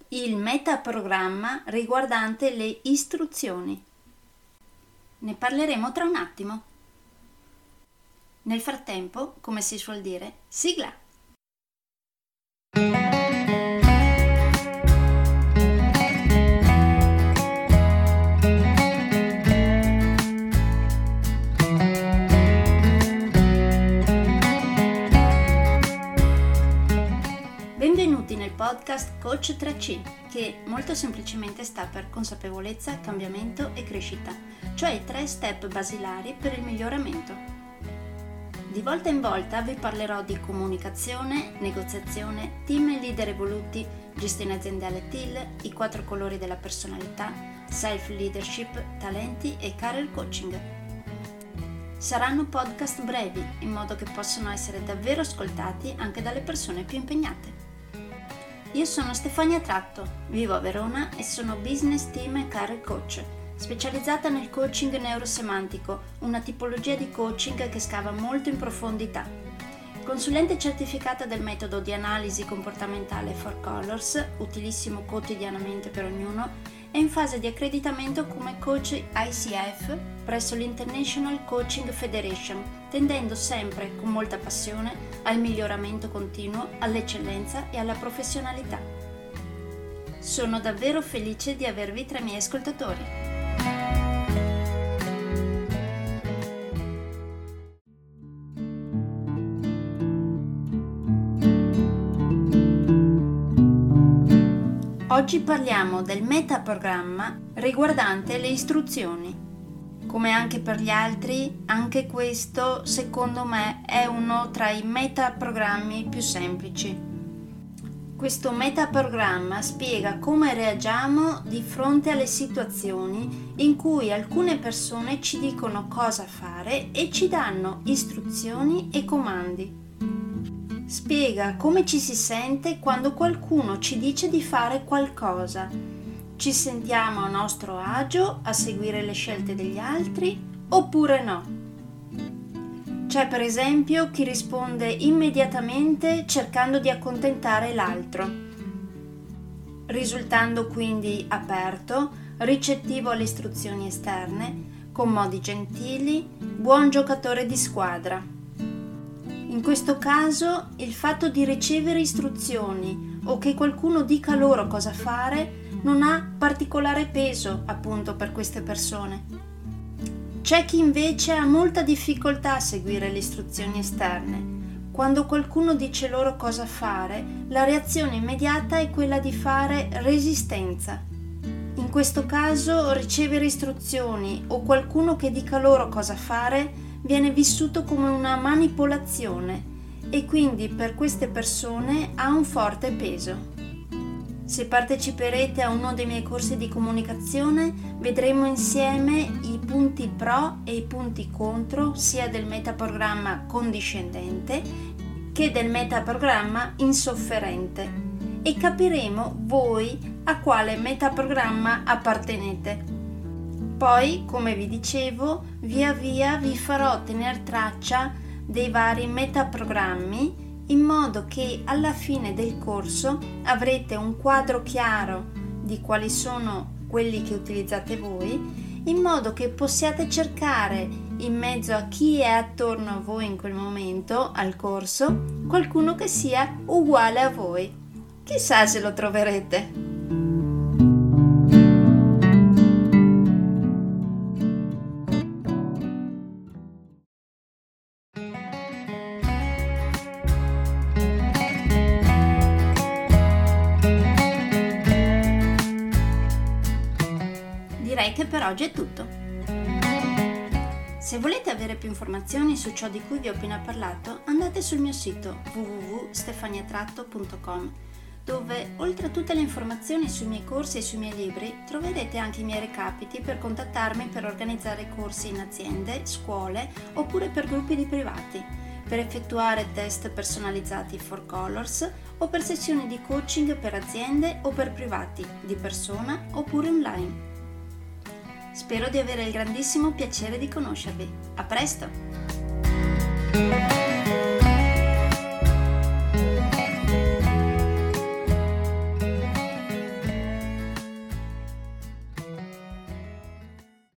il metaprogramma riguardante le istruzioni. Ne parleremo tra un attimo. Nel frattempo, come si suol dire, sigla! Benvenuti nel podcast Coach 3C, che molto semplicemente sta per consapevolezza, cambiamento e crescita, cioè i 3 step basilari per il miglioramento. Di volta in volta vi parlerò di comunicazione, negoziazione, team e leader evoluti, gestione aziendale TIL, i 4 colori della personalità, self-leadership, talenti e career coaching. Saranno podcast brevi, in modo che possano essere davvero ascoltati anche dalle persone più impegnate. Io sono Stefania Tratto, vivo a Verona e sono business team e career coach, specializzata nel coaching neurosemantico, una tipologia di coaching che scava molto in profondità. Consulente certificata del metodo di analisi comportamentale 4 Colors, utilissimo quotidianamente per ognuno, e in fase di accreditamento come coach ICF presso l'International Coaching Federation, tendendo sempre con molta passione al miglioramento continuo, all'eccellenza e alla professionalità. Sono davvero felice di avervi tra i miei ascoltatori. Oggi parliamo del metaprogramma riguardante le istruzioni. Come anche per gli altri, anche questo secondo me è uno tra i metaprogrammi più semplici. Questo metaprogramma spiega come reagiamo di fronte alle situazioni in cui alcune persone ci dicono cosa fare e ci danno istruzioni e comandi. Spiega come ci si sente quando qualcuno ci dice di fare qualcosa. Ci sentiamo a nostro agio a seguire le scelte degli altri oppure no? C'è per esempio chi risponde immediatamente cercando di accontentare l'altro, risultando quindi aperto, ricettivo alle istruzioni esterne, con modi gentili, buon giocatore di squadra. In questo caso, il fatto di ricevere istruzioni o che qualcuno dica loro cosa fare non ha particolare peso, appunto, per queste persone. C'è chi invece ha molta difficoltà a seguire le istruzioni esterne. Quando qualcuno dice loro cosa fare, la reazione immediata è quella di fare resistenza. In questo caso, ricevere istruzioni o qualcuno che dica loro cosa fare viene vissuto come una manipolazione e quindi per queste persone ha un forte peso. Se parteciperete a uno dei miei corsi di comunicazione, vedremo insieme i punti pro e i punti contro sia del metaprogramma condiscendente che del metaprogramma insofferente e capiremo voi a quale metaprogramma appartenete. Poi, come vi dicevo, via via vi farò tener traccia dei vari metaprogrammi in modo che alla fine del corso avrete un quadro chiaro di quali sono quelli che utilizzate voi, in modo che possiate cercare in mezzo a chi è attorno a voi in quel momento al corso qualcuno che sia uguale a voi. Chissà se lo troverete. Direi che per oggi è tutto. Se volete avere più informazioni su ciò di cui vi ho appena parlato, andate sul mio sito www.stefaniatratto.com, dove oltre a tutte le informazioni sui miei corsi e sui miei libri troverete anche i miei recapiti per contattarmi per organizzare corsi in aziende, scuole oppure per gruppi di privati, per effettuare test personalizzati 4 Colors o per sessioni di coaching per aziende o per privati, di persona oppure online. Spero di avere il grandissimo piacere di conoscervi. A presto!